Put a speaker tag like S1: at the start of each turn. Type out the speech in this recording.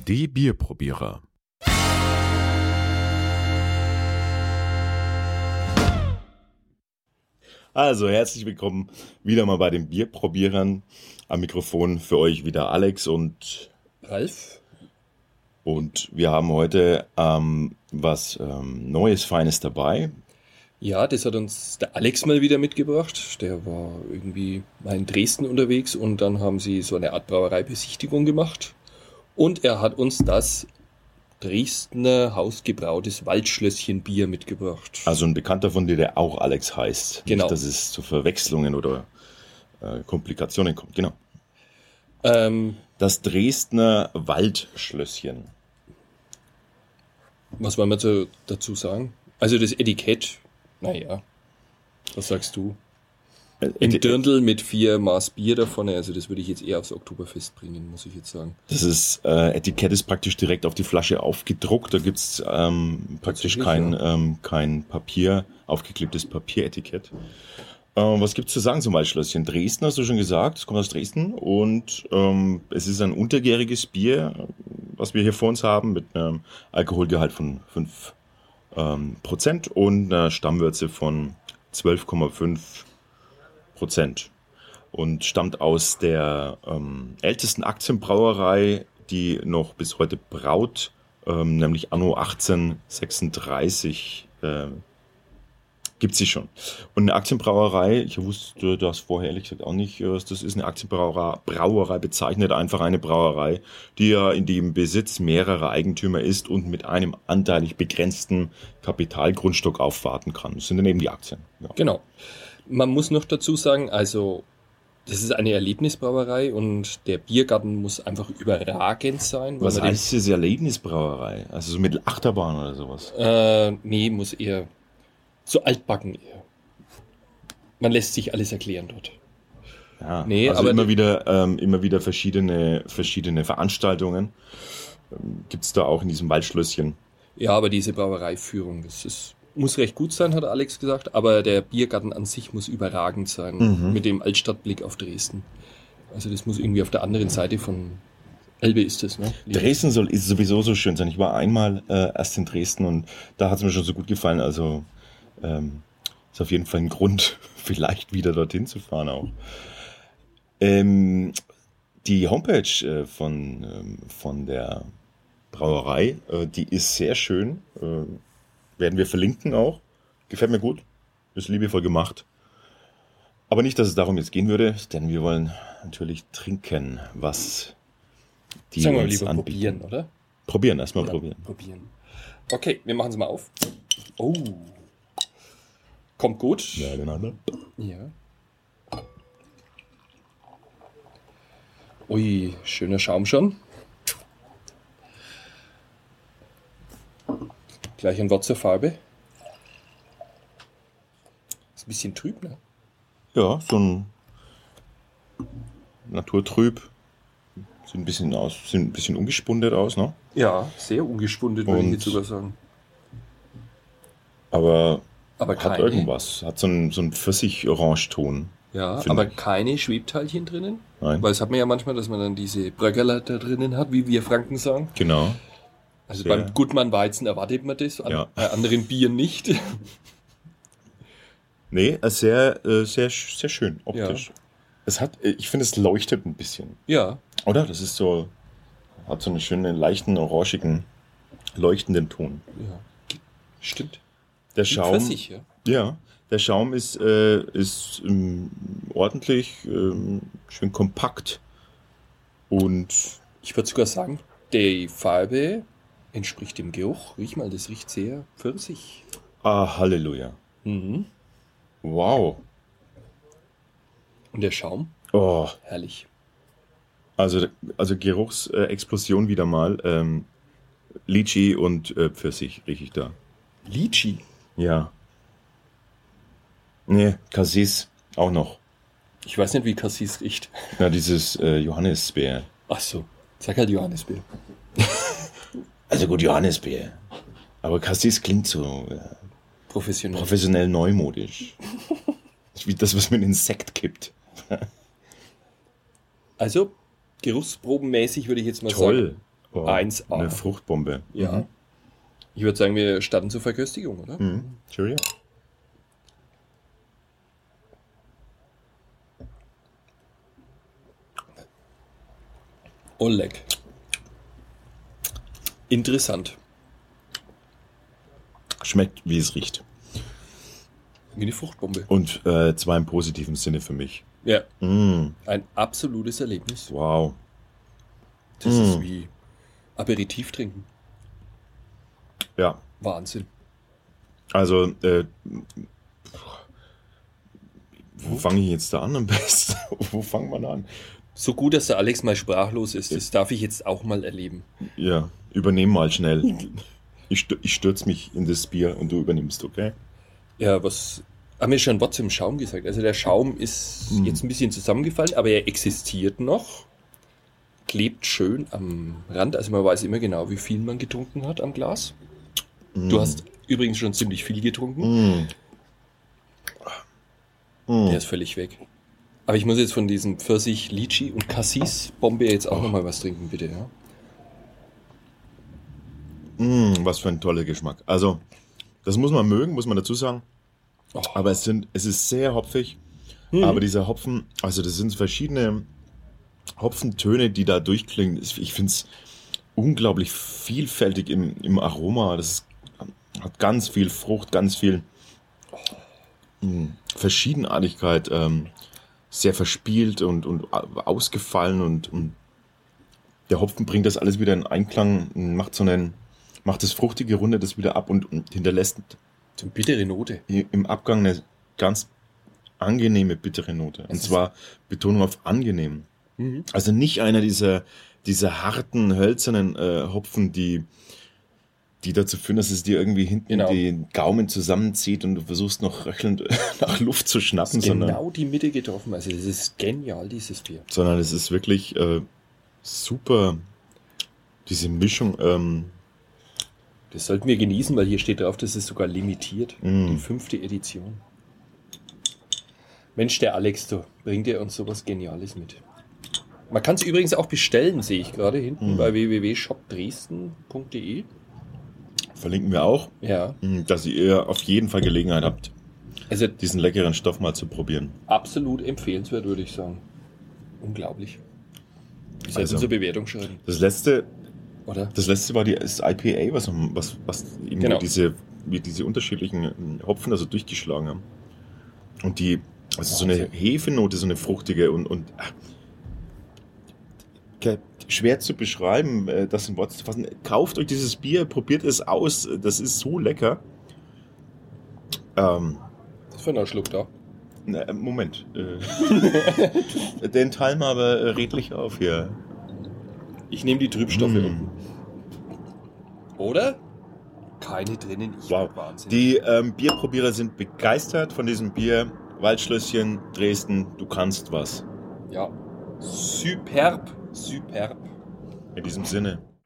S1: Die Bierprobierer.
S2: Also, herzlich willkommen wieder mal bei den Bierprobierern. Am Mikrofon für euch wieder Alex und
S3: Ralf.
S2: Und wir haben heute was Neues, Feines dabei.
S3: Ja, das hat uns der Alex mal wieder mitgebracht. Der war irgendwie mal in Dresden unterwegs und dann haben sie so eine Art Brauereibesichtigung gemacht. Und er hat uns das Dresdner hausgebrautes Waldschlösschen-Bier mitgebracht.
S2: Also ein Bekannter von dir, der auch Alex heißt.
S3: Genau.
S2: Nicht, dass es zu Verwechslungen oder Komplikationen kommt. Genau. Das Dresdner Waldschlösschen.
S3: Was wollen wir dazu sagen? Also das Etikett, naja, was sagst du? Ein Dirndl mit 4 Maß Bier davon, also das würde ich jetzt eher aufs Oktoberfest bringen, muss ich jetzt sagen.
S2: Das ist, Etikett ist praktisch direkt auf die Flasche aufgedruckt. Da gibt es praktisch kein Papier, aufgeklebtes Papieretikett. Was gibt's zu sagen zum Waldschlösschen? Dresden, hast du schon gesagt, es kommt aus Dresden und es ist ein untergäriges Bier, was wir hier vor uns haben, mit einem Alkoholgehalt von 5% und einer Stammwürze von 12,5% und stammt aus der ältesten Aktienbrauerei, die noch bis heute braut, nämlich anno 1836 gibt sie schon. Und eine Aktienbrauerei, ich wusste das vorher ehrlich gesagt auch nicht, was das ist. Eine Aktienbrauerei bezeichnet einfach eine Brauerei, die ja in dem Besitz mehrerer Eigentümer ist und mit einem anteilig begrenzten Kapitalgrundstock aufwarten kann. Das sind dann eben die Aktien. Ja.
S3: Genau. Man muss noch dazu sagen, also das ist eine Erlebnisbrauerei und der Biergarten muss einfach überragend sein.
S2: Was heißt diese Erlebnisbrauerei? Also so mit Achterbahn oder sowas?
S3: Nee, muss eher so altbacken eher. Man lässt sich alles erklären dort.
S2: Ja,
S3: nee,
S2: also
S3: aber
S2: immer wieder verschiedene Veranstaltungen gibt's da auch in diesem Waldschlösschen.
S3: Ja, aber diese Brauereiführung, muss recht gut sein, hat Alex gesagt, aber der Biergarten an sich muss überragend sein, mit dem Altstadtblick auf Dresden. Also das muss irgendwie auf der anderen Seite von Elbe ist das, ne?
S2: Dresden ist sowieso so schön sein. Ich war einmal erst in Dresden und da hat's mir schon so gut gefallen. Also ist auf jeden Fall ein Grund, vielleicht wieder dorthin zu fahren auch. Die Homepage von der Brauerei, die ist sehr schön. Werden wir verlinken auch. Gefällt mir gut. Ist liebevoll gemacht. Aber nicht, dass es darum jetzt gehen würde, denn wir wollen natürlich trinken, was die
S3: sagen wir
S2: uns
S3: lieber
S2: anbieten.
S3: probieren, oder?
S2: Probieren, erstmal
S3: Ja,
S2: probieren.
S3: Okay, wir machen es mal auf. Oh. Kommt gut.
S2: Ja, genau.
S3: Ja. Ui, schöner Schaum schon. Gleich ein Wort zur Farbe. Ist ein bisschen trüb, ne?
S2: Ja, so ein naturtrüb. Sieht ein bisschen ungespundet aus, ne?
S3: Ja, sehr ungespundet, würde ich
S2: Und
S3: jetzt sogar sagen.
S2: Aber
S3: Aber
S2: hat irgendwas. Hat so einen Pfirsich-Orange-Ton.
S3: Ja,
S2: finde
S3: aber
S2: ich.
S3: keine Schwebteilchen drinnen.
S2: Nein.
S3: Weil es hat man ja manchmal, dass man dann diese Bröckerler da drinnen hat, wie wir Franken sagen.
S2: Genau.
S3: Also
S2: Sehr.
S3: beim Gutmann-Weizen erwartet man das,
S2: Ja.
S3: bei anderen Bieren nicht.
S2: Nee, sehr schön optisch.
S3: Ja.
S2: Ich finde, es leuchtet ein bisschen.
S3: Ja,
S2: Oder? Das ist so, hat so einen schönen, leichten, orangigen, leuchtenden Ton.
S3: ja, stimmt.
S2: Der
S3: Wie
S2: Schaum.
S3: Pfirsich, ja.
S2: Ja, der Schaum ist ordentlich, schön kompakt. Und
S3: Ich würde sogar sagen, die Farbe entspricht dem Geruch. Riech mal, das riecht sehr pfirsich.
S2: Halleluja.
S3: Mhm.
S2: Wow.
S3: Und der Schaum?
S2: Oh,
S3: Herrlich.
S2: also Geruchsexplosion wieder mal. Litchi und Pfirsich rieche ich da.
S3: Litchi.
S2: Ja. Nee, Cassis auch noch.
S3: Ich weiß nicht, wie Cassis riecht.
S2: Na, dieses Johannisbeer.
S3: Ach so, sag halt Johannisbeer.
S2: Also gut, Johannisbeer. Aber Cassis klingt so
S3: Professionell.
S2: professionell neumodisch. Wie das, was man in Sekt kippt.
S3: Also, geruchsprobenmäßig würde ich jetzt mal
S2: Toll.
S3: sagen.
S2: Oh,
S3: 1A.
S2: Eine Fruchtbombe.
S3: Ja. Ich würde sagen, wir starten zur Verköstigung, oder?
S2: Cheerio.
S3: Oh, leck. Interessant.
S2: Schmeckt, wie es riecht.
S3: Wie eine Fruchtbombe.
S2: Und zwar im positiven Sinne für mich.
S3: Ja.
S2: Mm,
S3: Ein absolutes Erlebnis.
S2: wow.
S3: Das ist wie Aperitif trinken.
S2: Ja,
S3: Wahnsinn.
S2: also, wo fange ich jetzt da an am besten? Wo fangen wir da an?
S3: So gut, dass der Alex mal sprachlos ist, das darf ich jetzt auch mal erleben.
S2: Ja, übernehm mal schnell. Ich stürze mich in das Bier und du übernimmst, okay?
S3: Ja, was haben wir schon ein Wort zum Schaum gesagt? Also der Schaum ist jetzt ein bisschen zusammengefallen, aber er existiert noch. Klebt schön am Rand, also man weiß immer genau, wie viel man getrunken hat am Glas. Du hast übrigens schon ziemlich viel getrunken. Der ist völlig weg. Aber ich muss jetzt von diesem Pfirsich, Litchi und Cassis-Bombe jetzt auch nochmal was trinken, bitte. Ja?
S2: Was für ein toller Geschmack. Also, das muss man mögen, muss man dazu sagen.
S3: Oh.
S2: Aber es ist sehr hopfig. Aber dieser Hopfen, also das sind verschiedene Hopfentöne, die da durchklingen. Ich finde es unglaublich vielfältig im Aroma. Hat ganz viel Frucht, ganz viel Verschiedenartigkeit, sehr verspielt und ausgefallen und der Hopfen bringt das alles wieder in Einklang, macht das fruchtige, rundet das wieder ab und hinterlässt
S3: So eine bittere Note.
S2: im Abgang eine ganz angenehme, bittere Note. Und zwar Betonung auf angenehm. Also nicht einer dieser harten, hölzernen Hopfen, die dazu führen, dass es dir irgendwie hinten den Gaumen zusammenzieht und du versuchst noch röchelnd nach Luft zu schnappen.
S3: Das ist genau die Mitte getroffen. Also das ist genial, dieses Bier.
S2: Sondern es ist wirklich super, diese Mischung.
S3: Das sollten wir genießen, weil hier steht drauf, das ist sogar limitiert. Die 5. Edition. Mensch, der Alex, du bringt ja uns sowas Geniales mit. Man kann es übrigens auch bestellen, sehe ich gerade hinten bei www.shopdresden.de.
S2: Verlinken wir auch,
S3: Ja.
S2: dass ihr auf jeden Fall Gelegenheit habt,
S3: Also
S2: diesen leckeren Stoff mal zu probieren.
S3: absolut empfehlenswert, würde ich sagen. Unglaublich. Wir sollten unsere Bewertung schreiben,
S2: Das letzte
S3: oder?
S2: war das IPA, was eben
S3: Genau.
S2: diese unterschiedlichen Hopfen also durchgeschlagen haben. Und so eine Hefenote, so eine fruchtige und schwer zu beschreiben, das in Worte zu fassen. Kauft euch dieses Bier, probiert es aus, das ist so lecker.
S3: Das ist für einen Schluck da.
S2: Moment. Den teilen wir aber redlich auf hier.
S3: Ich nehme die Trübstoffe unten. Oder? Keine drinnen.
S2: Wow.
S3: Wahnsinn.
S2: Die Bierprobierer sind begeistert von diesem Bier. Waldschlösschen, Dresden, du kannst was.
S3: Ja. Superb.
S2: In diesem Sinne.